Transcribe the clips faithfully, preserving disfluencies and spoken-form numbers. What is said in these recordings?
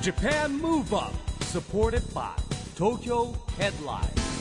Japan Move Up supported by Tokyo Headline。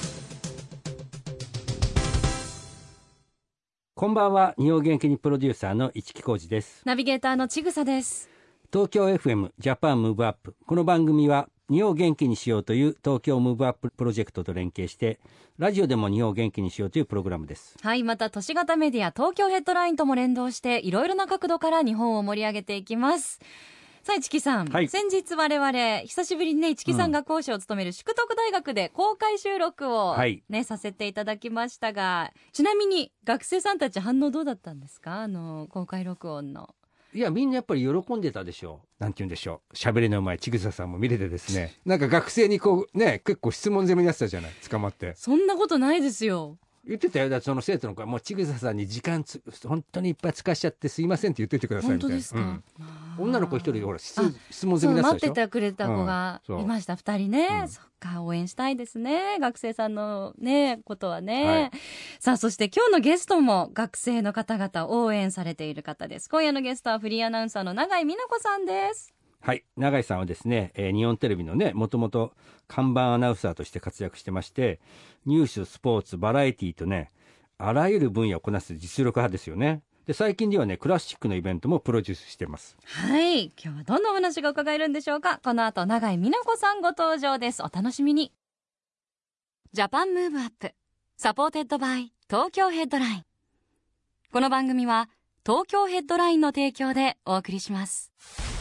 こんばんは。日本元気にプロデューサーの市木浩司です。 ナビゲーターのちぐさです。 東京 エフエム ジャパンムーブアップ、この番組は日本を元気にしようという東京ムーブアッププロジェクトと連携してラジオでも日本を元気にしようというプログラムです。 はい、また都市型メディア東京ヘッドラインとも連動していろいろな角度から日本を盛り上げていきます。さあ市木さん、はい、先日我々久しぶりにね市木さんが講師を務める淑徳大学で公開収録を、ねはい、させていただきましたが、ちなみに学生さんたち反応どうだったんですか？あの公開録音の。 いやみんなやっぱり喜んでたでしょう。なんて言うんでしょう、喋りのうまいちぐささんも見れてですね、なんか学生にこうね結構質問攻めになってたじゃない、捕まって。 そんなことないですよ。 言ってたよ。だその生徒の子はもうちぐささんに時間つ本当にいっぱい使っちゃってすいませんって言っててくださいみたいな。 本当ですか？ うん、女の子一人ほら質問攻めになってたでしょ。 待っててくれた子がいました、うん、ふたりね、うん、そっか応援したいですね学生さんのねことはね、はい、さあそして今日のゲストも学生の方々応援されている方です。今夜のゲストはフリーアナウンサーの永井美奈子さんです。 はい、永井さんはですね、えー、日本テレビのねもともと看板アナウンサーとして活躍してまして、ニューススポーツバラエティとねあらゆる分野をこなす実力派ですよね。で最近ではねクラシックのイベントもプロデュースしてます。 はい、今日はどんなお話が伺えるんでしょうか。この後永井美奈子さんご登場です。お楽しみに。ジャパンムーブアップサポーテッドバイ東京ヘッドライン。この番組は東京ヘッドラインの提供でお送りします。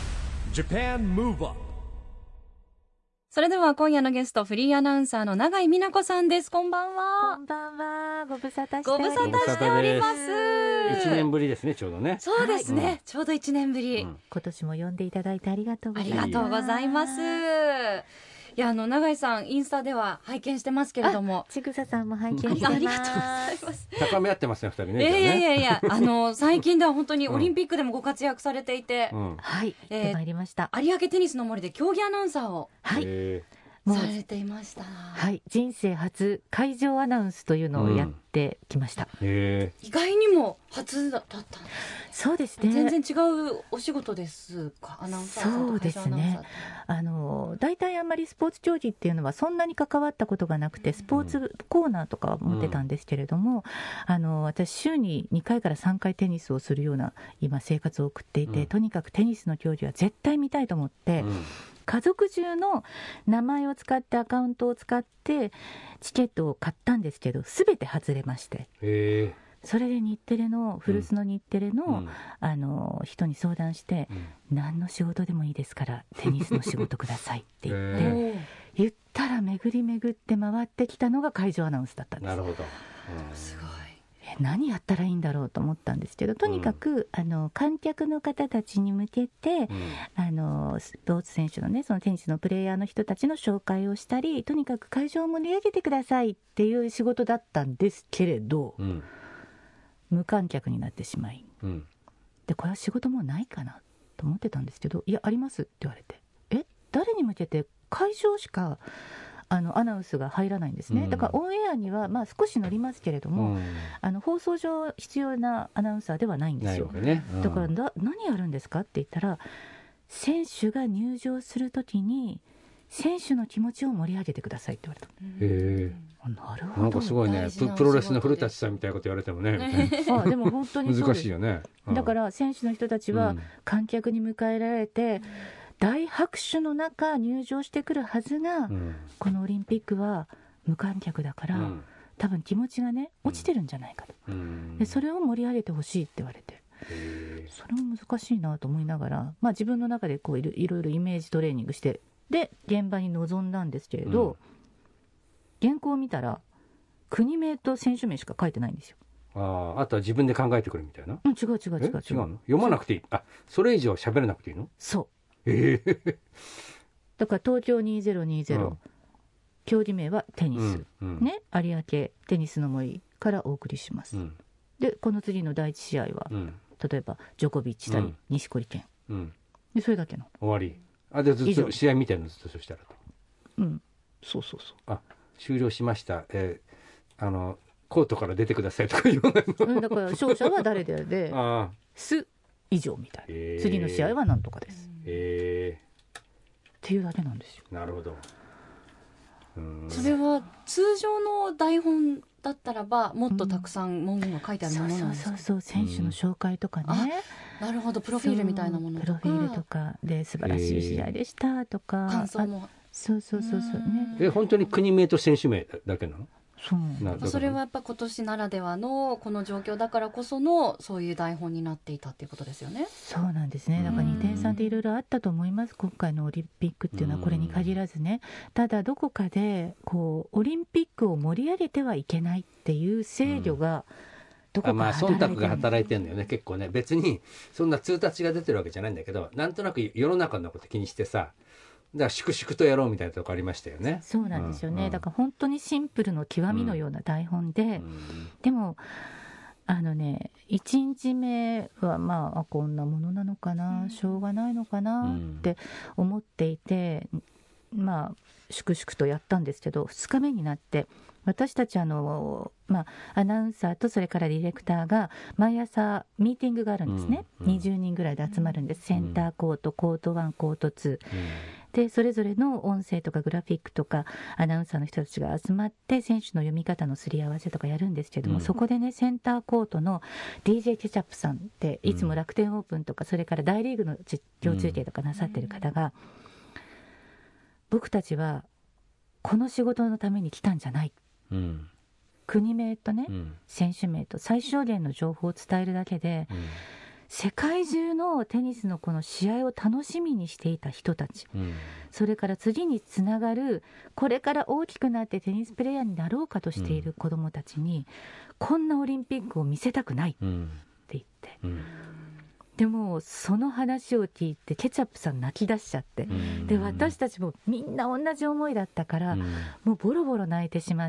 Japan Move Up。 それでは今夜のゲストフリーアナウンサーの永井美奈子さんです。こんばんは。 こんばんは。ご無沙汰しております。 ご無沙汰しております。 いちねんぶりですね、ちょうどね。 そうですね、はい、ちょうどいちねんぶり、 うん、今年も呼んでいただいてありがとうございます。 ありがとうございます。いやあの永井さんインスタでは拝見してますけれども、 ちぐささんも拝見してます。 ありがとうございます。 高め合ってますねふたりね。 いやいやいやいやあの最近では本当にオリンピックでもご活躍されていて、 うん、はい、えー、で参りました。 有明テニスの森で競技アナウンサーを、 はい、 されていました。 はい、人生初会場アナウンスというのをやってきました、 うん、へ意外にも初だったんです。 そうですね、 全然違うお仕事ですか？アナウンサーさんと会場アナウンサーって。そうですね、 あの大体あんまりスポーツ競技っていうのはそんなに関わったことがなくて、スポーツコーナーとかは持ってたんですけれども、うん、あの私週ににかいからさんかいテニスをするような今生活を送っていて、うん、とにかくテニスの競技は絶対見たいと思って、うん、家族中の名前を使ってアカウントを使ってチケットを買ったんですけど全て外れまして、 へー、 それで日テレの古巣の日テレの、うん、あの人に相談して、うん、何の仕事でもいいですからテニスの仕事くださいって言って言ったら巡り巡って回ってきたのが会場アナウンスだったんです。 なるほど、 うん、すごい。 え何やったらいいんだろうと思ったんですけど、とにかく、うん、あの観客の方たちに向けて、うん、あのスポーツ選手のねそのテニスのプレイヤーの人たちの紹介をしたり、とにかく会場を盛り上げてくださいっていう仕事だったんですけれど、うん、無観客になってしまい、うん、でこれは仕事もうないかなと思ってたんですけど、いやありますって言われて、え誰に向けて会場しかあのアナウンスが入らないんですね、うん、だからオンエアにはまあ少し乗りますけれども、うん、あの放送上必要なアナウンサーではないんですよ、ね、うん、だからだ何やるんですかって言ったら、選手が入場するときに選手の気持ちを盛り上げてくださいって言われた。 へー、なるほど、 なんかすごいね、プロレスの古舘さんみたいなこと言われてもねみたいなあでも本当にそうです難しいよね、 うん、だから選手の人たちは観客に迎えられて、うん、大拍手の中入場してくるはずが、うん、このオリンピックは無観客だから、うん、多分気持ちがね落ちてるんじゃないかと、うん、でそれを盛り上げてほしいって言われて、それも難しいなと思いながら、まあ、自分の中でこういろいろいろイメージトレーニングしてで現場に臨んだんですけれど、うん、原稿を見たら国名と選手名しか書いてないんですよ。 ああ、あとは自分で考えてくるみたいな、 うん、違う違う違う違う。 違うの？読まなくていい。あ、それ以上喋らなくていいの？ そう、 えー、 だから東京にせんにじゅう、うん、競技名はテニス、うんうん、ね、有明テニスの森からお送りします、うん、でこの次の第一試合は、うん、例えばジョコビッチ対錦織健、うん、でそれだけの終わり。あでずっと試合見てるのずっとそしたらと、 うん、そうそうそう、 あ終了しました、えー、あのコートから出てくださいとか言わないの、 うん、だから勝者は誰であれです以上みたいな、えー、次の試合はなんとかです、 えー、 っていうだけなんですよ。 なるほど。うん、 それは通常の台本だったらばもっとたくさん文言が書いてあるものなんですか？ そうそうそう、選手の紹介とかね、 うん、なるほど、プロフィールみたいなものとか、 プロフィールとかで素晴らしい試合でしたとか、 感想も、 そうそうそうそうね。 え本当に国名と選手名だけなの？ そうなそれはやっぱ今年ならではのこの状況だからこそのそういう台本になっていたっていうことですよね。 そうなんですね。だからにてんさんでいろいろあったと思います。今回のオリンピックっていうのはこれに限らずね。ただどこかでこうオリンピックを盛り上げてはいけないっていう制御がどこかまあ忖度が働いてるるんだよね結構ね。別にそんな通達が出てるわけじゃないんだけど、なんとなく世の中のこと気にしてさ、だから粛々とやろうみたいなとこありましたよね。 そうなんですよね、 うんうん、 だから本当にシンプルの極みのような台本で、うん、でもあのねいちにちめはまあこんなものなのかな、しょうがないのかなって思っていて、まあ粛々とやったんですけど、ふつかめになって私たちあの、まあ、アナウンサーとそれからディレクターが毎朝ミーティングがあるんですね、うんうん、にじゅうにんぐらいで集まるんです。センターコート、コートワン、コートツー、うん、でそれぞれの音声とかグラフィックとかアナウンサーの人たちが集まって選手の読み方のすり合わせとかやるんですけども、うん、そこでねセンターコートの ディージェー ケチャップさんっていつも楽天オープンとかそれから大リーグの実況中継とかなさってる方が、うん、僕たちはこの仕事のために来たんじゃない、うん、国名とね、うん、選手名と最小限の情報を伝えるだけで、うん、世界中のテニスのこの試合を楽しみにしていた人たち、うん、それから次につながるこれから大きくなってテニスプレーヤーになろうかとしている子どもたちに、うん、こんなオリンピックを見せたくないって言って、うんうん、でもその話を聞いてケチャップさん泣き出しちゃって、うん、で私たちもみんな同じ思いだったから、うん、もうボロボロ泣いてしまって、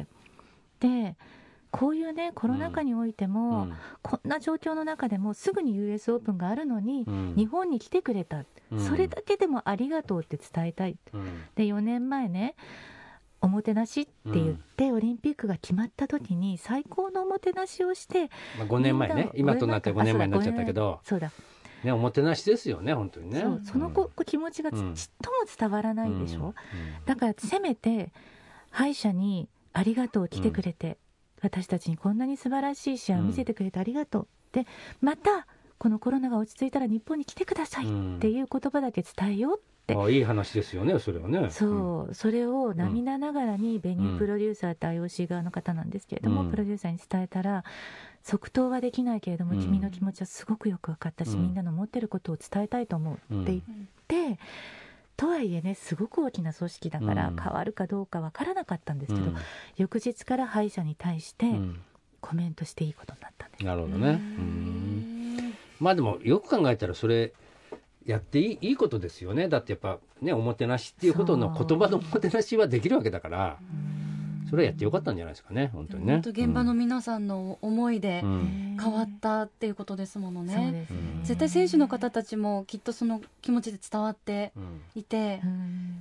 でこういうねコロナ禍においても、うん、こんな状況の中でもすぐに ユーエス オープンがあるのに、うん、日本に来てくれた、うん、それだけでもありがとうって伝えたい、うん、でよねんまえねおもてなしって言って、うん、オリンピックが決まった時に最高のおもてなしをして、 まあ、ごねんまえね、今となってごねんまえになっちゃったけど、 そうだね、おもてなしですよね本当にね。 そう、その子、うん、気持ちがちっとも伝わらないでしょ、うんうん、だからせめて歯医者にありがとう来てくれて、うん、私たちにこんなに素晴らしい試合を見せてくれてありがとう、うん、でまたこのコロナが落ち着いたら日本に来てくださいっていう言葉だけ伝えようって、 うん、あいい話ですよねそれはね。 そう、うん、それを涙ながらにベニープロデューサーって アイオーシー 側の方なんですけれども、うん、プロデューサーに伝えたら即答はできないけれども、うん、君の気持ちはすごくよく分かったし、うん、みんなの持ってることを伝えたいと思うって言って、うん、とはいえねすごく大きな組織だから変わるかどうか分からなかったんですけど、うん、翌日から歯医者に対してコメントしていいことになったんです、 うん、なるほどね。うん、まあでもよく考えたらそれやっていい、いいことですよね。だってやっぱねおもてなしっていうことの言葉のおもてなしはできるわけだから、それはやってよかったんじゃないですかね本当にね。 本当現場の皆さんの思いで変わったっていうことですものね、うん、そうですね。絶対選手の方たちもきっとその気持ちで伝わっていて、うん、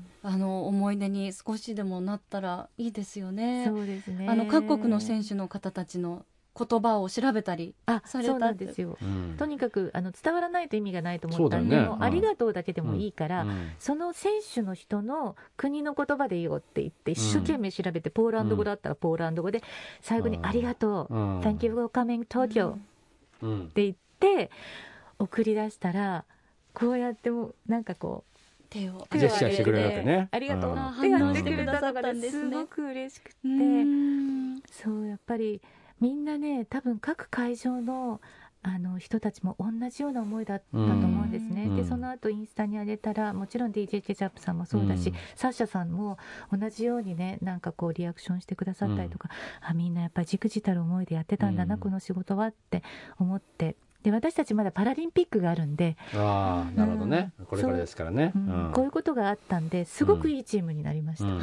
あの思い出に少しでもなったらいいですよね。 そうですね。 あの各国の選手の方たちの言葉を調べたりされた。 そうなんですよ、うん、とにかくあの伝わらないと意味がないと思ったんで、ね、もうありがとうだけでもいいから、うん、その選手の人の国の言葉でいいよって言って一生懸命調べて、ポーランド語だったらポーランド語で最後にありがとう、うん、Thank you for coming Tokyo、うん、って言って送り出したらこうやってもなんかこう手をジェスチャーしてくれるわけね。 ありがとう、 うん、 ってやってくれたのがすごく嬉しくて、そうやっぱりみんなね多分各会場のあの人たちも同じような思いだったと思うんですね、うん、でその後インスタに上げたらもちろん ディージェー ケチャップさんもそうだし、うん、サッシャさんも同じようにねなんかこうリアクションしてくださったりとか、うん、あみんなやっぱりじくじたる思いでやってたんだな、うん、この仕事はって思って、で私たちまだパラリンピックがあるんで、 ああなるほどね、うん、これからですからね、 うんうん、こういうことがあったんですごくいいチームになりました、うんうん、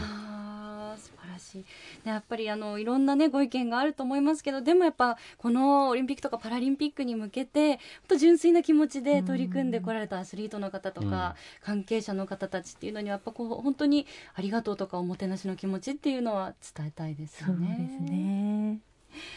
やっぱりあのいろんな、ね、ご意見があると思いますけど、でもやっぱこのオリンピックとかパラリンピックに向けて本当純粋な気持ちで取り組んでこられたアスリートの方とか、うん、関係者の方たちっていうのにはやっぱこう本当にありがとうとかおもてなしの気持ちっていうのは伝えたいですよね。 そうですね。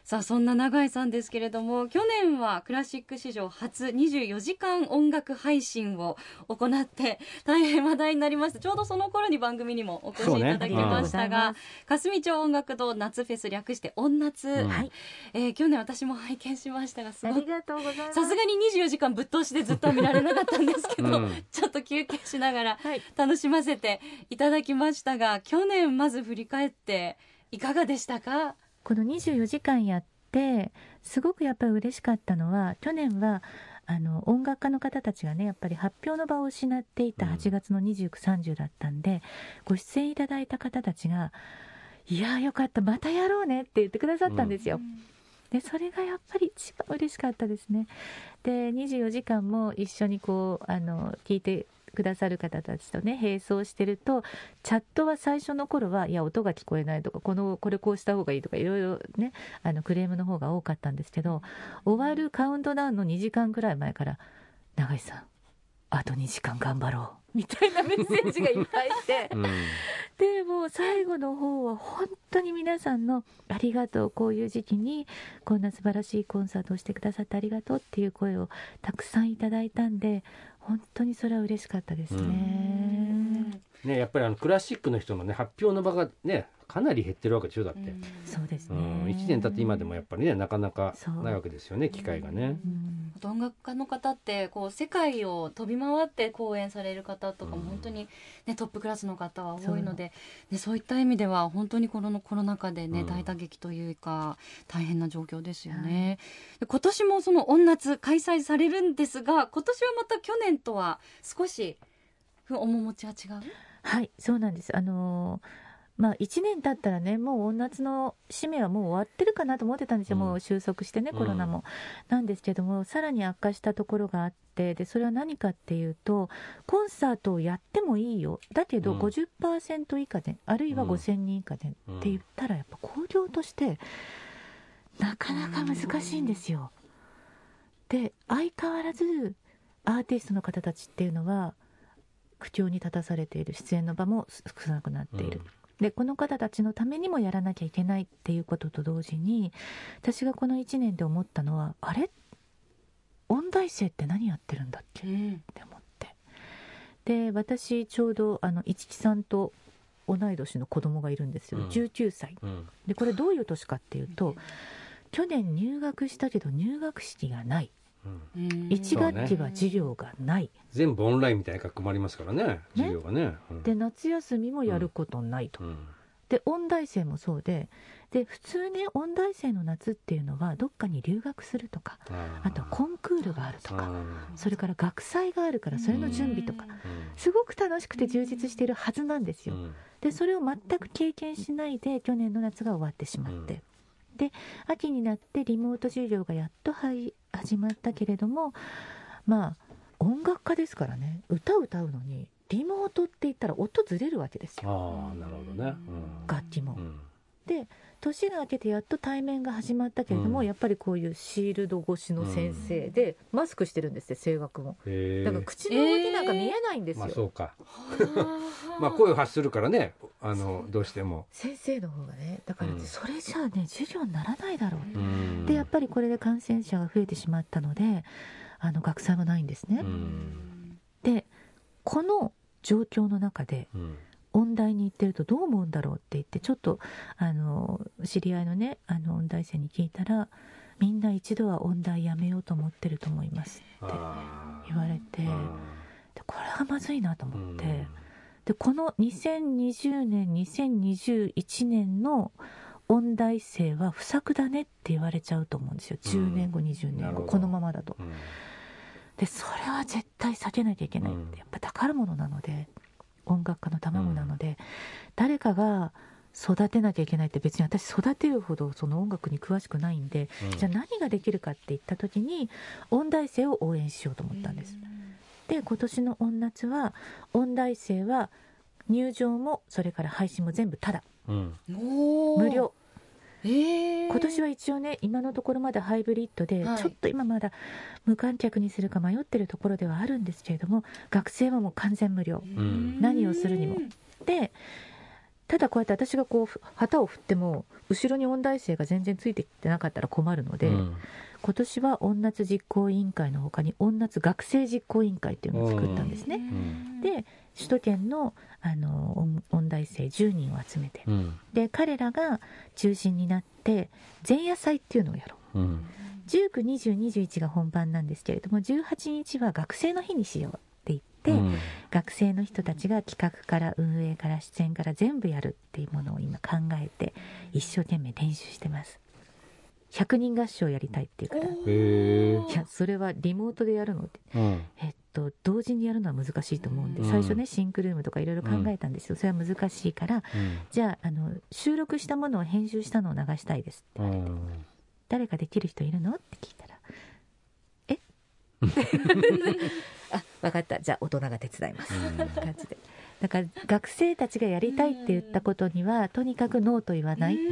さあそんな永井さんですけれども、去年はクラシック史上初にじゅうよじかん音楽配信を行って大変話題になりました。ちょうどその頃に番組にもお越しいただきましたが、ね、霞町音楽堂夏フェス略して音夏、うん、えー、去年私も拝見しましたが、すごい、ありがとうございます。さすがににじゅうよじかんぶっ通しでずっとは見られなかったんですけど、うん、ちょっと休憩しながら楽しませていただきましたが、はい、去年まず振り返っていかがでしたか？ このにじゅうよじかんやってすごくやっぱり嬉しかったのは、去年はあの音楽家の方たちがね、やっぱり発表の場を失っていたはちがつのにじゅうく、さんじゅうだったんで、ご出演いただいた方たちが、いやーよかった、またやろうねって言ってくださったんですよ、うん、でそれがやっぱり一番嬉しかったですね。でにじゅうよじかんも一緒にこうあの聞いてくださる方たちとね並走してると、チャットは最初の頃はいや音が聞こえないとか、このこれこうした方がいいとかいろいろね、あのクレームの方が多かったんですけど、終わるカウントダウンのにじかんくらい前から、永井さんあとにじかん頑張ろうみたいなメッセージがいっぱい来て、うん、でもう最後の方は本当に皆さんのありがとう、こういう時期にこんな素晴らしいコンサートをしてくださってありがとうっていう声をたくさんいただいたんで、本当にそれは嬉しかったですね。うんね、やっぱりあのクラシックの人のね発表の場がねかなり減ってるわけでしょ。だって、うん、 そうですね、 うん、いちねん経って今でもやっぱりねなかなかないわけですよね、機会がね、 うん、音楽家の方ってこう世界を飛び回って公演される方とかも本当に、ね、トップクラスの方は多いので、そう、ね、そういった意味では本当にこのコロナ禍でね、うん、大打撃というか大変な状況ですよね、うん、今年もその音夏開催されるんですが、今年はまた去年とは少し面持ちは違う？ はい、そうなんです。あのーまあ、いちねん経ったらね、もう音夏の使命はもう終わってるかなと思ってたんですよ、うん、もう収束してね、コロナも、うん、なんですけども、さらに悪化したところがあって、でそれは何かっていうと、コンサートをやってもいいよ、だけど ごじゅっパーセント 以下で、うん、あるいはごせんにん以下でって言ったら、やっぱ興行としてなかなか難しいんですよ。で相変わらずアーティストの方たちっていうのは苦境に立たされている、出演の場も少なくなっている、うん、でこの方たちのためにもやらなきゃいけないっていうことと同時に、私がこのいちねんで思ったのは、あれ音大生って何やってるんだっけ、うん、って思って、で私ちょうどあの市木さんと同い年の子供がいるんですよ、うん、じゅうきゅうさい、うん、でこれどういう年かっていうと、うん、去年入学したけど入学式がない、うん、いち学期は授業がない、ね、 全部オンラインみたいな格好もありますからね、授業がね、うん、 で夏休みもやることないと、うん、で音大生もそうで、で普通ね音大生の夏っていうのはどっかに留学するとか、 あ, あとはコンクールがあるとか、それから学祭があるからそれの準備とか、すごく楽しくて充実しているはずなんですよ。でそれを全く経験しないで去年の夏が終わってしまって、で秋になってリモート授業がやっと始まったけれども、まあ音楽家ですからね、歌歌うのにリモートって言ったら音ずれるわけですよ。 ああなるほどね、 うん、楽器も、うん、で年が明けてやっと対面が始まったけれども、うん、やっぱりこういうシールド越しの先生で、うん、マスクしてるんですよ、声楽も。だから口の動きなんか見えないんですよ、 えー、まあそうかまあ声を発するからね、あのどうしても先生の方がね、だからそれじゃあね、うん、授業にならないだろう、うん、でやっぱりこれで感染者が増えてしまったので、あの学祭もないんですね、うん、でこの状況の中で、うん音大に行ってるとどう思うんだろうって言って、ちょっとあの知り合いのねあの音大生に聞いたら、みんな一度は音大やめようと思ってると思いますって言われて、でこれはまずいなと思って、うん、でこのにせんにじゅうねんにせんにじゅういちねんの音大生は不作だねって言われちゃうと思うんですよ、じゅうねんごにじゅうねんごこのままだと、うん、でそれは絶対避けなきゃいけないって、やっぱ宝物なので、音楽家の卵なので、うん、誰かが育てなきゃいけないって、別に私育てるほどその音楽に詳しくないんで、うん、じゃあ何ができるかって言った時に音大生を応援しようと思ったんです、うん、で今年の音夏は音大生は入場もそれから配信も全部タダ、うん、無料、えー、今年は一応ね今のところまだハイブリッドで、はい、ちょっと今まだ無観客にするか迷ってるところではあるんですけれども、学生はもう完全無料、何をするにも。でただこうやって私がこう旗を振っても後ろに音大生が全然ついてきてなかったら困るので、うん、今年は音夏実行委員会の他に音夏学生実行委員会っていうのを作ったんですね、うん、で首都圏の、あの音大生じゅうにんを集めて、うん、で彼らが中心になって前夜祭っていうのをやろう、うん、じゅうく、にじゅう、にじゅういちが本番なんですけれどもじゅうはちにちは学生の日にしようって言って、うん、学生の人たちが企画から運営から出演から全部やるっていうものを今考えて一生懸命練習してます。ひゃくにん合唱やりたいっていうから、 へいやそれはリモートでやるのって、うん、えっと同時にやるのは難しいと思うんで、うん、最初ねシンクルームとかいろいろ考えたんですよ、うん、それは難しいから、うん、じゃあ、あの収録したものを編集したのを流したいですって言われて、うん、誰かできる人いるのって聞いたらえあ、分かった、じゃあ大人が手伝います、うん、感じでだから学生たちがやりたいって言ったことにはとにかくノーと言わない、うん、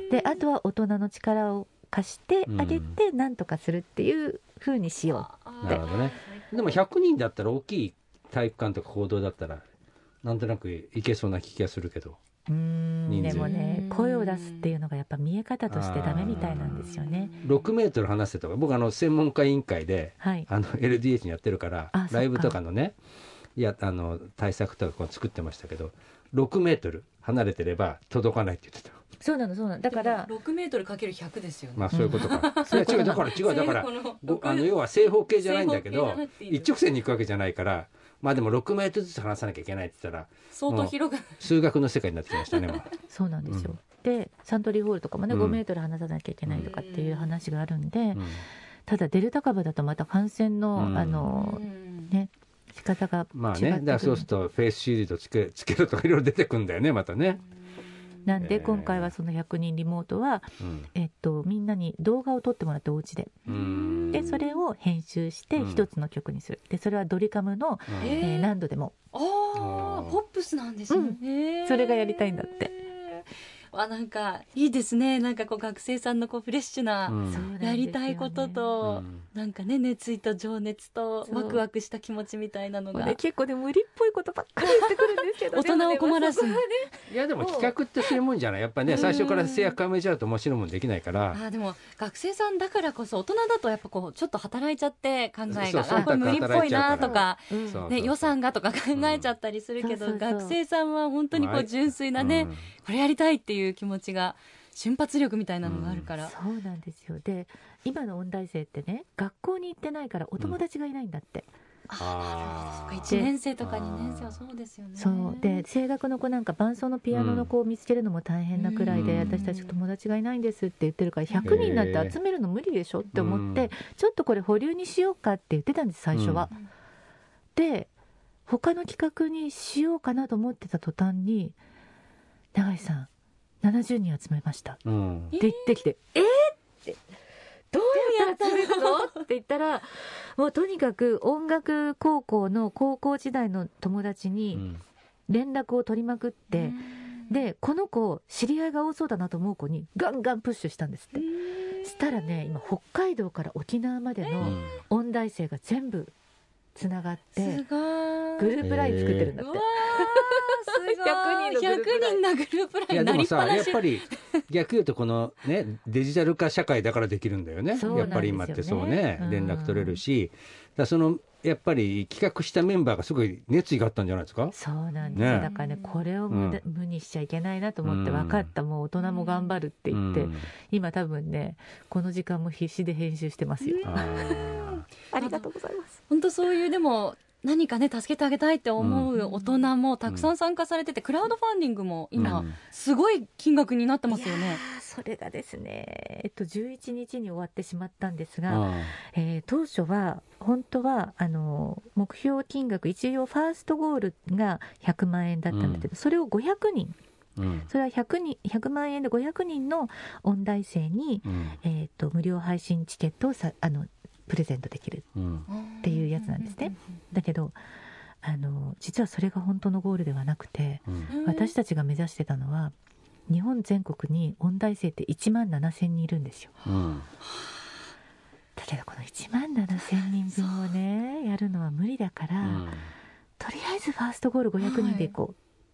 であとは大人の力を貸してあげて何とかするっていう風にしようって、 うん、なるほどね。でもひゃくにんだったら大きい体育館とか講堂だったらなんとなくいけそうな気がするけど、 うーんでもね声を出すっていうのがやっぱ見え方としてダメみたいなんですよね。 ろくメートル離せとか僕あの専門家委員会で、はい、あの エルディーエイチ にやってるからライブとかのねいやあの対策とかこう作ってましたけどろくメートル離れてれば届かないって言ってた。 そうなのそうなのだからろくメートルかけるひゃくですよね。 まあそういうことか、うん、いや違うだから違うだからあの要は正方形じゃないんだけど一直線に行くわけじゃないからまあでもろくメートルずつ離さなきゃいけないって言ったら相当広がる数学の世界になってきましたね、まあ、 そうなんですよ、うん、でサントリーホールとかもね、うん、ごメートル離さなきゃいけないとかっていう話があるんで、うん、ただデルタ株だとまた感染の、うん、あのね仕方が違ってくる。 まあねだからそうするとフェイスシールドつけ、つけるとかいろいろ出てくるんだよねまたね。 なんで今回はそのひゃくにんリモートは、えーえっと、みんなに動画を撮ってもらってお家ででそれを編集して一つの曲にする、でそれはドリカムの、えー、何度でもああポップスなんですね、 うん、それがやりたいんだって。 あなんかいいですね。なんかこう学生さんのこうフレッシュな、うん、やりたいことと、うん、なんかね熱意と情熱とワクワクした気持ちみたいなのが、 ね、結構で無理っぽいことばっかり言ってくるんですけど大人を困らず、ね、 いやでも企画ってそういうもんじゃないやっぱね最初から制約考えちゃうと面白いもんできないから。 あでも学生さんだからこそ大人だとやっぱこうちょっと働いちゃって考えがあこれ無理っぽいなとか、うんね、予算がとか考えちゃったりするけど、うん、学生さんは本当にこう純粋なね、はいうん、これやりたいっていう気持ちが瞬発力みたいなのがあるから、 うん、そうなんですよ。で今の音大生ってね学校に行ってないからお友達がいないんだって、 うん、ああいちねん生とかにねん生はそうですよね。 そうで声楽の子なんか伴奏のピアノの子を見つけるのも大変なくらいで、うん、私たち友達がいないんですって言ってるからひゃくにんなんて集めるの無理でしょって思って、ちょっとこれ保留にしようかって言ってたんです最初は、うん、で他の企画にしようかなと思ってた途端に永井さんななじゅうにん集めました、うん、って言ってきてえー、ってどうやって集めるのって言ったらもうとにかく音楽高校の高校時代の友達に連絡を取りまくって、うん、でこの子知り合いが多そうだなと思う子にガンガンプッシュしたんですって。したらね今北海道から沖縄までの音大生が全部つながってグループライン作ってるんだって。ひゃくにんのグループラインなりっぱなし。 いやでもさやっぱり逆言うとこのねデジタル化社会だからできるんだよね。やっぱり今ってそうね、うん、連絡取れるしだそのやっぱり企画したメンバーがすごい熱意があったんじゃないですか。 そうなんです、ね、だからねこれを無、うん、無にしちゃいけないなと思って分かった、もう大人も頑張るって言って、うん、今多分ねこの時間も必死で編集してますよ。あ, ありがとうございます。 本当そういうでも何かね助けてあげたいって思う大人もたくさん参加されてて、うん、クラウドファンディングも今すごい金額になってますよね。 それがですね、えっと、じゅういちにちに終わってしまったんですが、えー、当初は本当はあの目標金額一応ファーストゴールがひゃくまんえんだったんだけど、うん、それをごひゃくにん、うん、それはひゃくにん、ひゃくまんえんでごひゃくにんの音大生に、うん、えー、と無料配信チケットをさあのプレゼントできるっていうやつなんですね、うん、だけどあの実はそれが本当のゴールではなくて、うん、私たちが目指してたのは日本全国に音大生っていちまんななせんにんいるんですよ、うん、だけどこのいちまんななせんにんぶんをねやるのは無理だから、うん、とりあえずファーストゴールごひゃくにんでいこうっ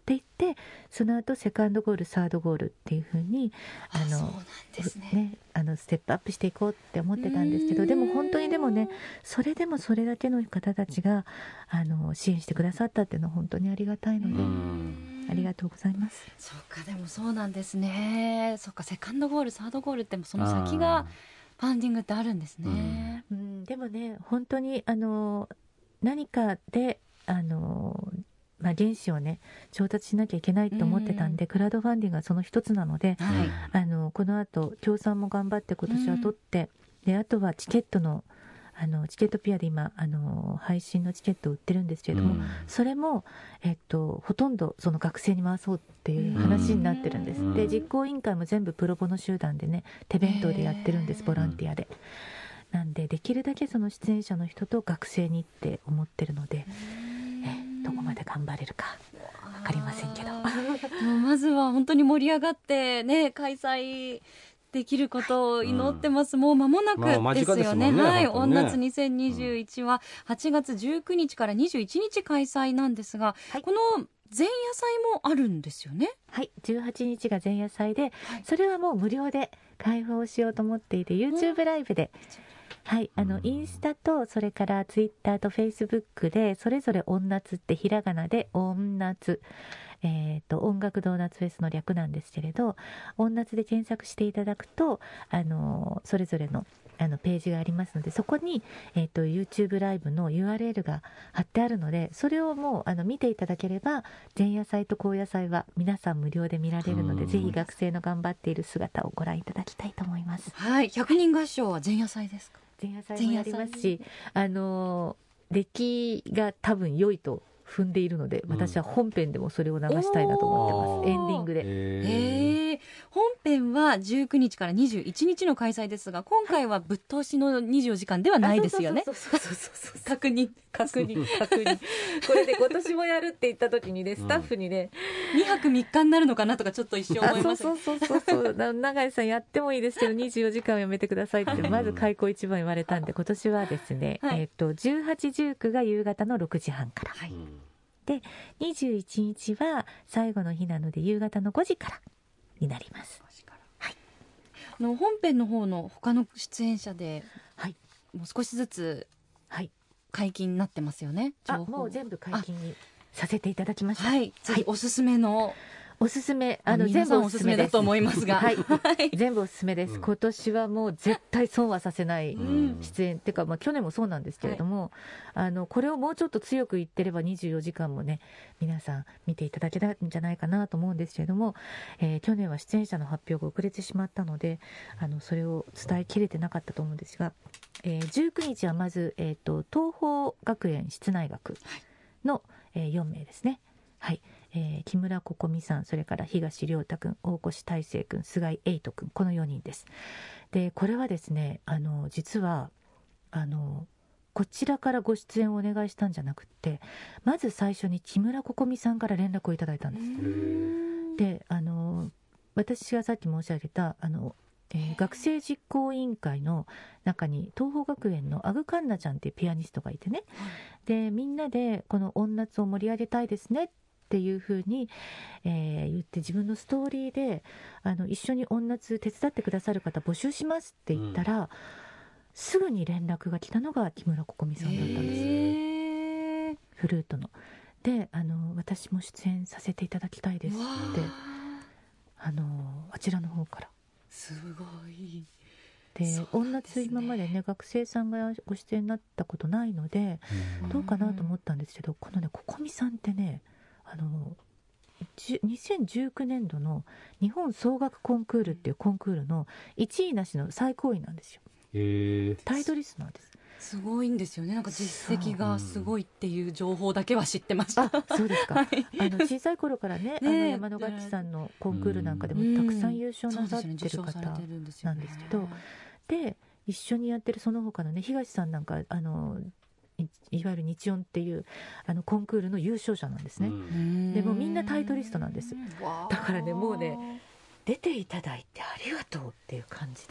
っていって、その後セカンドゴールサードゴールっていう風にあのそうなんですね。 ね、あのステップアップしていこうって思ってたんですけど、でも本当にでもね、それでもそれだけの方たちがあの支援してくださったっていうのは本当にありがたいので、ありがとうございます。 そうか、でもそうなんですね。そうか、セカンドゴールサードゴールってその先がファンディングってあるんですね。 うん、でもね、本当にあの何かであのまあ、原資をね調達しなきゃいけないと思ってたんで、クラウドファンディングがその一つなので、 はい、 あのこの後協賛も頑張って今年は取って、であとはチケットのあのチケットピアで今あの配信のチケットを売ってるんですけれども、それも、えっと、ほとんどその学生に回そうっていう話になってるんです。で実行委員会も全部プロボの集団でね手弁当でやってるんです、ボランティアで。なんでできるだけその出演者の人と学生にって思ってるので、えどこまで頑張れるか分かりませんけどもうまずは本当に盛り上がってね開催できることを祈ってます、うん、もう間もなくですよね。はい、音夏にせんにじゅういちははちがつじゅうくにちからにじゅういちにち開催なんですが、はい、この前夜祭もあるんですよね。 はい、じゅうはちにちが前夜祭で、はい、それはもう無料で開放しようと思っていて YouTube ライブで、はい、あのインスタとそれからツイッターとフェイスブックでそれぞれ音夏ってひらがなで音夏、えー、と音楽ドーナツフェスの略なんですけれど、音夏で検索していただくとあのそれぞれのあのページがありますので、そこに、えー、と YouTube ライブの ユーアールエル が貼ってあるので、それをもうあの見ていただければ前夜祭と後夜祭は皆さん無料で見られるので、ぜひ学生の頑張っている姿をご覧いただきたいと思います。 はい、ひゃくにん合唱は前夜祭ですか？ 前夜祭もやりますし、あの出来が多分良いと踏んでいるので、私は本編でもそれを流したいなと思ってます、エンディングで。 へー、本編はじゅうくにちからにじゅういちにちの開催ですが、今回はぶっ通しのにじゅうよじかんではないですよね。確認確認確認これで今年もやるって言った時にね、スタッフにね、 うん、にはくみっかになるのかなとかちょっと一瞬思います。 そうそうそうそう永井さんやってもいいですけどにじゅうよじかんはやめてくださいってまず開口一番言われたんで、今年はですね、はい、えー、とじゅうはち、じゅうくが夕方のろくじはんから、はい、でにじゅういちにちは最後の日なので夕方のごじからになります。はい、 あの本編の方の他の出演者で、 はい、 もう少しずつ解禁になってますよね。 あ、もう全部解禁にさせていただきました。 はい、ぜひおすすめの、 おすすめ、あの全部おすすめだと思いますが、 はい、全部おすすめです、うん、今年はもう絶対損はさせない出演、うん、っていうか、まあ、去年もそうなんですけれども、はい、あのこれをもうちょっと強く言ってればにじゅうよじかんもね皆さん見ていただけたんじゃないかなと思うんですけれども、えー、去年は出演者の発表が遅れてしまったので、あのそれを伝えきれてなかったと思うんですが、えー、じゅうくにちはまず、えーと、東邦学園室内学の、えー、よんめいですね。はい、えー、木村心美さん、それから東亮太君、大越大成君、菅井瑛斗君、このよにんです。でこれはですね、あの実はあのこちらからご出演をお願いしたんじゃなくて、まず最初に木村心美さんから連絡をいただいたんです。であの私がさっき申し上げたあの、えー、学生実行委員会の中に東邦学園のアグカンナちゃんっていうピアニストがいてね、でみんなでこの音夏を盛り上げたいですねっていうふうに、えー、言って、自分のストーリーであの一緒に音夏手伝ってくださる方募集しますって言ったら、うん、すぐに連絡が来たのが木村心美さんだったんです、えー、フルートので、あの私も出演させていただきたいですってあのあちらの方からすごいで、音夏今までね学生さんがご出演になったことないので、うん、どうかなと思ったんですけど、このね心美さんってね、あのにせんじゅうきゅうねんどの日本総楽コンクールっていうコンクールのいちいなしの最高位なんですよ。 へー、 タイトリストなんです。 すごいんですよね。なんか実績がすごいっていう情報だけは知ってました。 あ、そうですか、はい、あの小さい頃からね、ね、あの山野楽器さんのコンクールなんかでもたくさん優勝なさってる方なんですけど、で一緒にやってるその他のね東さんなんかあのい, いわゆる日音っていうあのコンクールの優勝者なんですね。でもみんなタイトリストなんです。だからねもうね出ていただいてありがとうっていう感じで、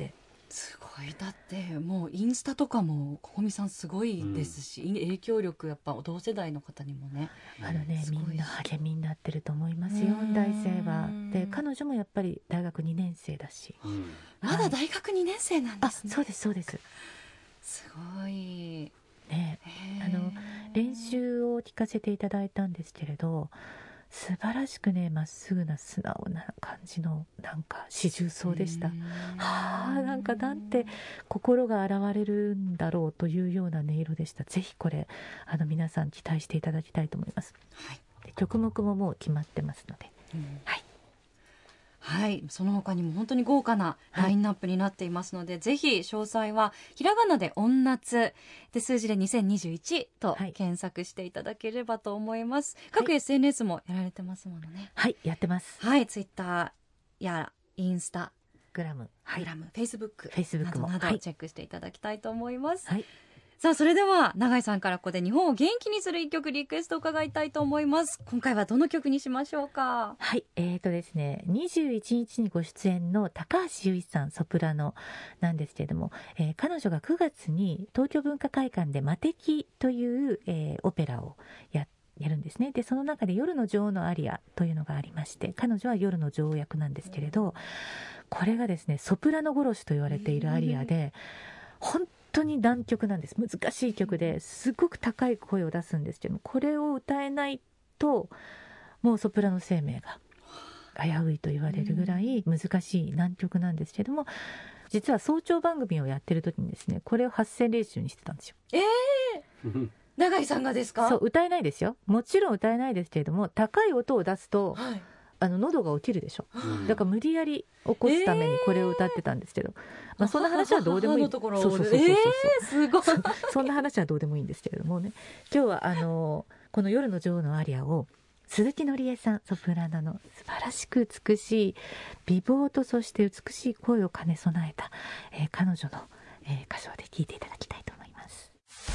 すごい。だってもうインスタとかもここみさんすごいですし、うん、影響力やっぱ同世代の方にもね、 あのねみんな励みになってると思いますよ、大生は。で彼女もやっぱり大学にねん生だし、 うん、まだ大学にねん生なんですね。 あ、そうですそうです。 すごいね。あの練習を聞かせていただいたんですけれど、素晴らしくね、まっすぐな素直な感じのなんか四重奏でした。はあ、なんかなんて心が洗われるんだろうというような音色でした。ぜひこれあの皆さん期待していただきたいと思います。はい、で曲目ももう決まってますので、うん、はいはい、その他にも本当に豪華なラインナップになっていますので、はい、ぜひ詳細はひらがなで音夏で数字でにせんにじゅういちと検索していただければと思います、はい、各 エスエヌエス もやられてますものね。 はい、やってます。 はい、ツイッターやインスタグラム、 はい、グラム、フェイスブック、 フェイスブックもなどなどチェックしていただきたいと思います、 はい。 さあそれでは永井さんからここで日本を元気にする一曲リクエストを伺いたいと思います。今回はどの曲にしましょうか。 はい、えーとですねにじゅういちにちにご出演の高橋由依さん、ソプラノなんですけれども、えー、彼女がくがつに東京文化会館で魔敵という、えー、オペラをややるんですね。でその中で夜の女王のアリアというのがありまして、彼女は夜の女王役なんですけれど、これがですねソプラノ殺しと言われているアリアで、本当に難曲なんです。難しい曲ですごく高い声を出すんですけども、これを歌えないともうソプラノ生命が危ういと言われるぐらい難しい難曲なんですけども、実は早朝番組をやってる時にですねこれを発声練習にしてたんですよ。 えー永井さんがですか。 そう歌えないですよ、もちろん歌えないですけれども、高い音を出すと、はい、あの喉が落ちるでしょ、うん、だから無理やり起こすためにこれを歌ってたんですけど、えーまあ、そんな話はどうでもいい。そうそうそうそうそう、 えー、すごいそんな話はどうでもいいんですけれどもね、今日はあのこの夜の女王のアリアを鈴木紀江さん、ソプラノの素晴らしく美しい美貌とそして美しい声を兼ね備えた、えー、彼女の、えー、歌唱で聴いていただきたいと思います。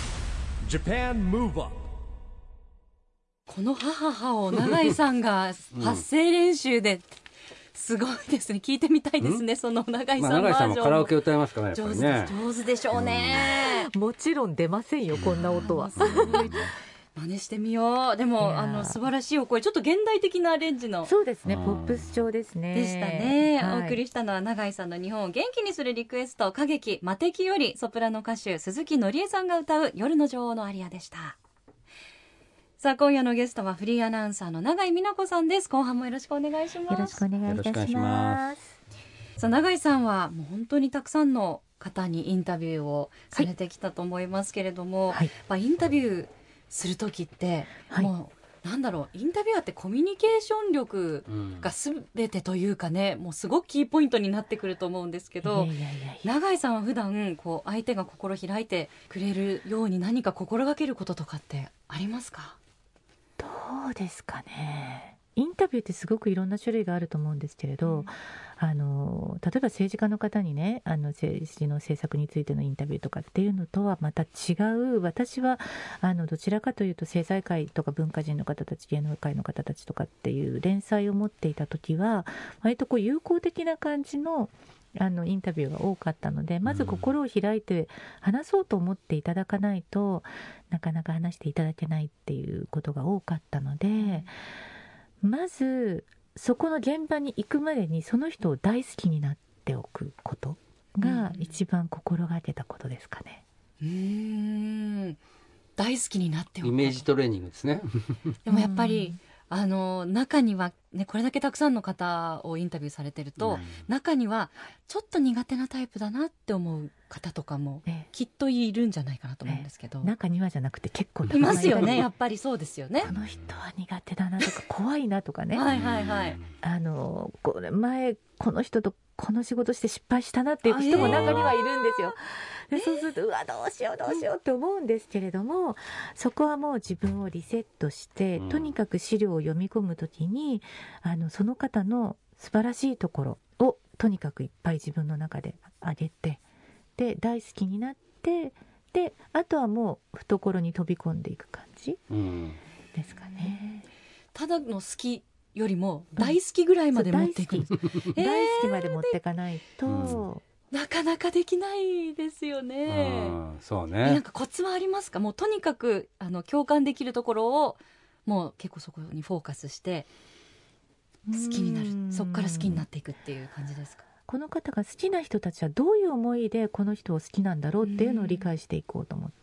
Japan Move Up。 このハハハを永井さんが発声練習で、うん、すごいですね。聞いてみたいですね、その永井さんバージョン、 まあ、永井さんもカラオケ歌えますからね、 やっぱりね。上手、上手でしょうね、 うん、もちろん出ませんよこんな音は。 真似してみよう。でもあの素晴らしいお声、ちょっと現代的なアレンジの。 そうですね、ポップス調ですね。 でしたね、はい、お送りしたのは永井さんの日本を元気にするリクエスト、歌劇魔敵よりソプラノ歌手鈴木紀江さんが歌う夜の女王のアリアでした。さあ今夜のゲストはフリーアナウンサーの永井美奈子さんです。後半もよろしくお願いします。 よろしくお願いいたします。 さあ永井さんはもう本当にたくさんの方にインタビューをされてきたと思いますけれども、はい、まあ、インタビューする時って、はい、もうなんだろう、インタビュアーってコミュニケーション力が全てというかね、うん、もうすごくキーポイントになってくると思うんですけど、いやいやいやいや、永井さんは普段こう相手が心開いてくれるように何か心がけることとかってありますか？ どうですかね。インタビューってすごくいろんな種類があると思うんですけれど、うん、あの例えば政治家の方にね、あの政治の政策についてのインタビューとかっていうのとはまた違う、私はあのどちらかというと政財界とか文化人の方たち、芸能界の方たちとかっていう連載を持っていた時は割とこう友好的な感じのあのインタビューが多かったので、まず心を開いて話そうと思っていただかないと、うん、なかなか話していただけないっていうことが多かったので、まずそこの現場に行くまでにその人を大好きになっておくことが一番心がけたことですかね。 うーん、大好きになっておく、 イメージトレーニングですね。 でもやっぱり、うん、あの中には、ね、これだけたくさんの方をインタビューされてると、うん、中にはちょっと苦手なタイプだなって思う方とかもきっといるんじゃないかなと思うんですけど、 ええ、中にはじゃなくて結構いますよね。やっぱりそうですよね。 この人は苦手だなとか怖いなとかねはいはいはい、 あのこれ前この人とこの仕事して失敗したなっていう人も中にはいるんですよ。でそうするとうわどうしようどうしようって思うんですけれども、そこはもう自分をリセットして、とにかく資料を読み込むときにあのその方の素晴らしいところをとにかくいっぱい自分の中で上げて、で大好きになって、であとはもう懐に飛び込んでいく感じですかね。 ただの好きよりも大好きぐらいまで持っていく、うん、 大好き、えー、大好きまで持っていかないと、 なかなかできないですよね。 うん、そうね。 なんかコツはありますか？もうとにかくあの共感できるところをもう結構そこにフォーカスして好きになる、そこから好きになっていくっていう感じですか？ この方が好きな人たちはどういう思いでこの人を好きなんだろうっていうのを理解していこうと思って、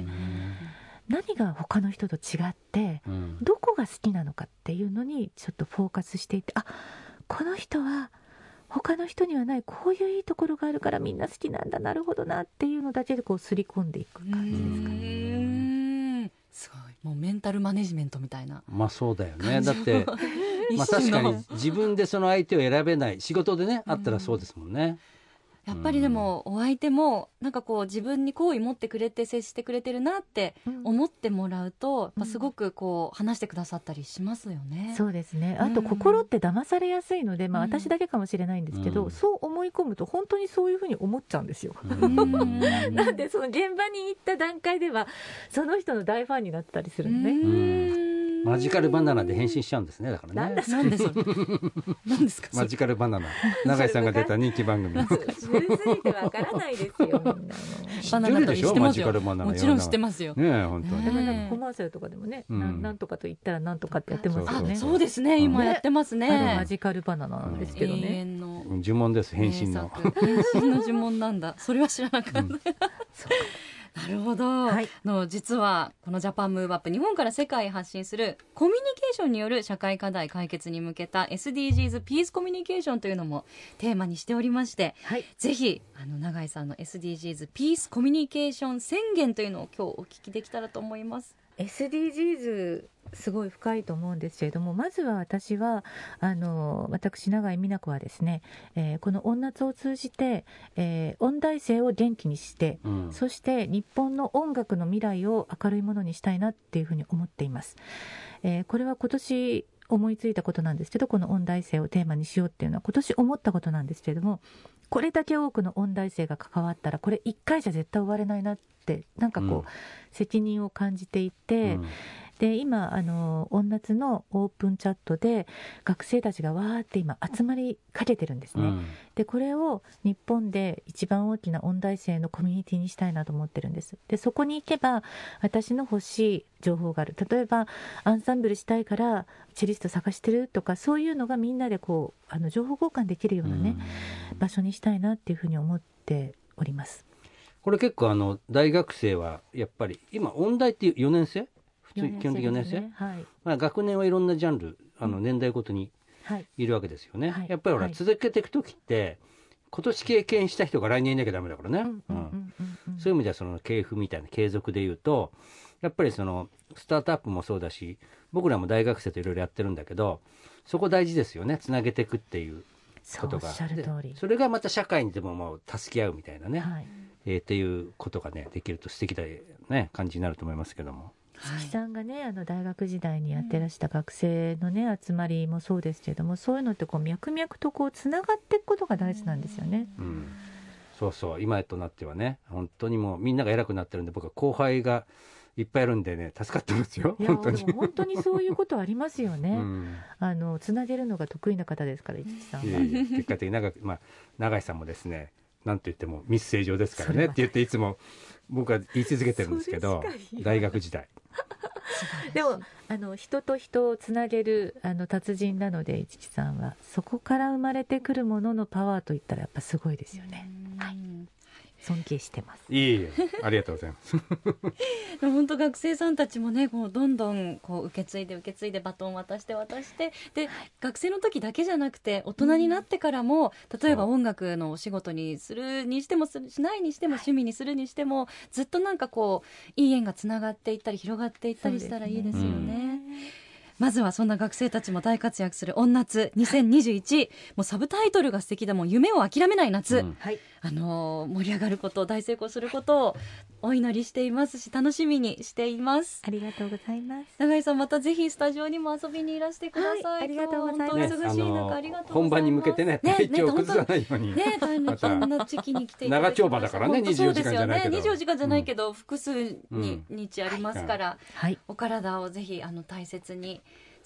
何が他の人と違ってどこが好きなのかっていうのにちょっとフォーカスしていって、あ、この人は他の人にはないこういういいところがあるからみんな好きなんだ、なるほどなっていうのだけでこう刷り込んでいく感じですかね。 うーん、すごい、もうメンタルマネジメントみたいな。 まあそうだよね。だってまあ確かに自分でその相手を選べない仕事でね、あったらそうですもんね。 やっぱりでもお相手もなんかこう自分に好意持ってくれて接してくれてるなって思ってもらうと、やっぱすごくこう話してくださったりしますよね。 そうですね。あと心って騙されやすいので、まあ私だけかもしれないんですけど、 うん、 そう思い込むと本当にそういうふうに思っちゃうんですよ。なんでその現場に行った段階ではその人の大ファンになったりするのね。 うんマジカルバナナで変身しちゃうんですね。だからね。 なんだそれ。なんでそれ。なんですか。 マジカルバナナ。永井さんが出た人気番組。 ぬるすぎてわからないですよ。みんなの。 バナナと知ってますよ。もちろん知ってますよ。 ねえ本当に。 でもなんかコマーシャルとかでもね、うん、なんとかと言ったらなんとかってやってますよね。 あ、そうですね。今やってますね。 あれマジカルバナナなんですけどね。 永遠の呪文です。変身の。 変身の呪文なんだ。それは知らなかった。うん、なるほど、はい、の実はこのジャパンムーブアップ、日本から世界へ発信するコミュニケーションによる社会課題解決に向けた エスディージーズ ピースコミュニケーションというのもテーマにしておりまして、はい、ぜひあの永井さんの エスディージーズ ピースコミュニケーション宣言というのを今日お聞きできたらと思います。 エスディージーズすごい深いと思うんですけれども、まずは私はあの私永井美奈子はですね、えー、この音夏を通じて、えー、音大生を元気にして、うん、そして日本の音楽の未来を明るいものにしたいなっていうふうに思っています。えー、これは今年思いついたことなんですけど、この音大生をテーマにしようっていうのは今年思ったことなんですけれども、これだけ多くの音大生が関わったらこれいっかいじゃ絶対終われないなってなんかこう、うん、責任を感じていて、うん、で今あの音夏のオープンチャットで学生たちがわーって今集まりかけてるんですね、うん、でこれを日本で一番大きな音大生のコミュニティにしたいなと思ってるんです。でそこに行けば私の欲しい情報がある、例えばアンサンブルしたいからチェリスト探してるとか、そういうのがみんなでこうあの情報交換できるようなね、うん、場所にしたいなっていうふうに思っております。 これ結構あの大学生はやっぱり今音大ってよねん生、普通基本的よねん生、はい、まあ、学年はいろんなジャンルあの年代ごとにいるわけですよね、はい、やっぱりほら、はい、続けていくときって今年経験した人が来年いなきゃダメだからね、そういう意味ではその系譜みたいな継続でいうとやっぱりそのスタートアップもそうだし、僕らも大学生といろいろやってるんだけど、そこ大事ですよね、つなげていくっていうことが。 そうおっしゃる通り。 それがまた社会にでももう助け合うみたいなね、はい、えー、っていうことがねできると素敵だね感じになると思いますけども、 月さんがねあの大学時代にやってらした学生のね集まりもそうですけれども、そういうのってこう脈々とこうつながっていくことが大事なんですよね、 うん、そうそう、今となってはね本当にもうみんなが偉くなってるんで、僕は後輩がいっぱいいるんでね助かってますよ。 いや本当にでも本当にそういうことありますよね、うん、あのつなげるのが得意な方ですから市木さんは。いやいや結果的に永、まあ、永井さんもですね、なんと言ってもミス正常ですからねって言っていつも僕は言い続けてるんですけど、大学時代でもあの人と人をつなげるあの達人なので市木さんはそこから生まれてくるもののパワーといったらやっぱすごいですよね、はい、尊敬してます。 いいえ、ありがとうございますでも本当学生さんたちもねこうどんどんこう受け継いで受け継いでバトンを渡して渡してで、はい、学生の時だけじゃなくて大人になってからも、うん、例えば音楽のお仕事にするにしてもしないにしても、はい、趣味にするにしてもずっとなんかこういい縁がつながっていったり広がっていったりしたらいいですよね。まずはそんな学生たちも大活躍する音夏にせんにじゅういち、もうサブタイトルが素敵だもん、夢を諦めない夏、うん、あのー、盛り上がること大成功することをお祈りしていますし楽しみにしています。 ありがとうございます。 永井さんまたぜひスタジオにも遊びにいらしてください、はい、 ありがとうございます。 本当に忙しい中ありがとうございます。 本番に向けてね体調を崩さないようにね大変こんな時期に来ていただきました。 長丁場だからねにじゅうよじかんじゃないけど、 にじゅうよじかんじゃないけど、うん、複数に日ありますから、 はい、 お体をぜひあの大切に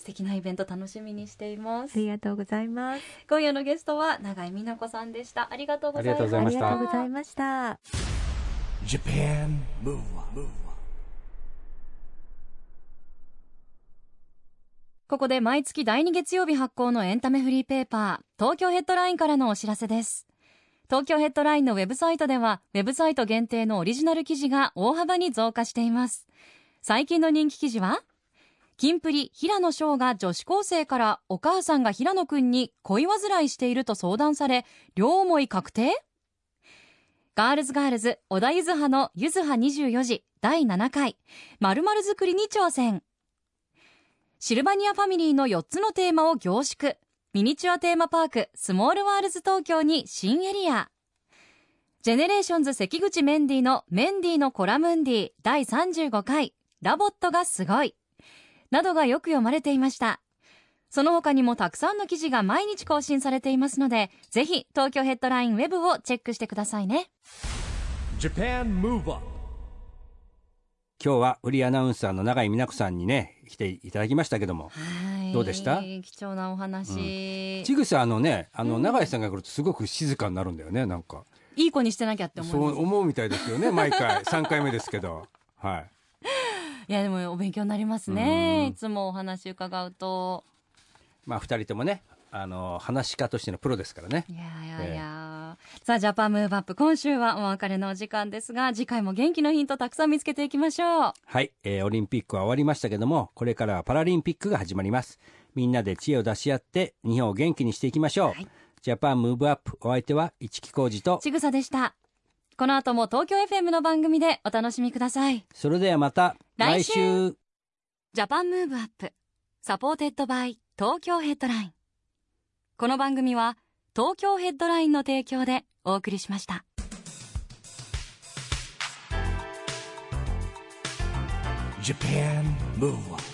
素敵なイベント楽しみにしています。 ありがとうございます。 今夜のゲストは永井美奈子さんでした。ありがとうございました。 ありがとうございました。 ありがとうございました。 Japan Move Up。 ここで毎月だいに月曜日発行のエンタメフリーペーパー、東京ヘッドラインからのお知らせです。東京ヘッドラインのウェブサイトでは、ウェブサイト限定のオリジナル記事が大幅に増加しています。最近の人気記事は、キンプリ平野翔が女子高生からお母さんが平野くんに恋煩いしていると相談され、両思い確定？ガールズガールズ小田ゆずはのゆずはにじゅうよじだいななかい〇〇作りに挑戦。シルバニアファミリーのよっつのテーマを凝縮。ミニチュアテーマパークスモールワールズ東京に新エリア。ジェネレーションズ関口メンディーのメンディーのコラムンディだいさんじゅうごかいラボットがすごいなどがよく読まれていました。その他にもたくさんの記事が毎日更新されていますので、ぜひ東京ヘッドラインウェブをチェックしてくださいね。 Japan Move Up。 今日はフリーアナウンサーの永井美奈子さんにね来ていただきましたけども、 はい、 どうでした？ 貴重なお話、うん、 ちぐさあのねあの永井さんが来るとすごく静かになるんだよね。なんかいい子にしてなきゃって思います。 そう思うみたいですよね毎回さんかいめですけどはい。 いやでもお勉強になりますね。いつもお話伺うと。 まあふたりともねあの話し家としてのプロですからね。 いやいやいや、えー、さあジャパンムーブアップ、今週はお別れのお時間ですが、次回も元気のヒントたくさん見つけていきましょう。 はい、えー、オリンピックは終わりましたけども、これからはパラリンピックが始まります。みんなで知恵を出し合って日本を元気にしていきましょう、はい、ジャパンムーブアップ、お相手は市木浩二とちぐさでした。この後も東京 エフエム の番組でお楽しみください。 それではまた来週。来週ジャパンムーブアップサポーテッドバイ東京ヘッドライン。この番組は東京ヘッドラインの提供でお送りしました。 Japan Move Up。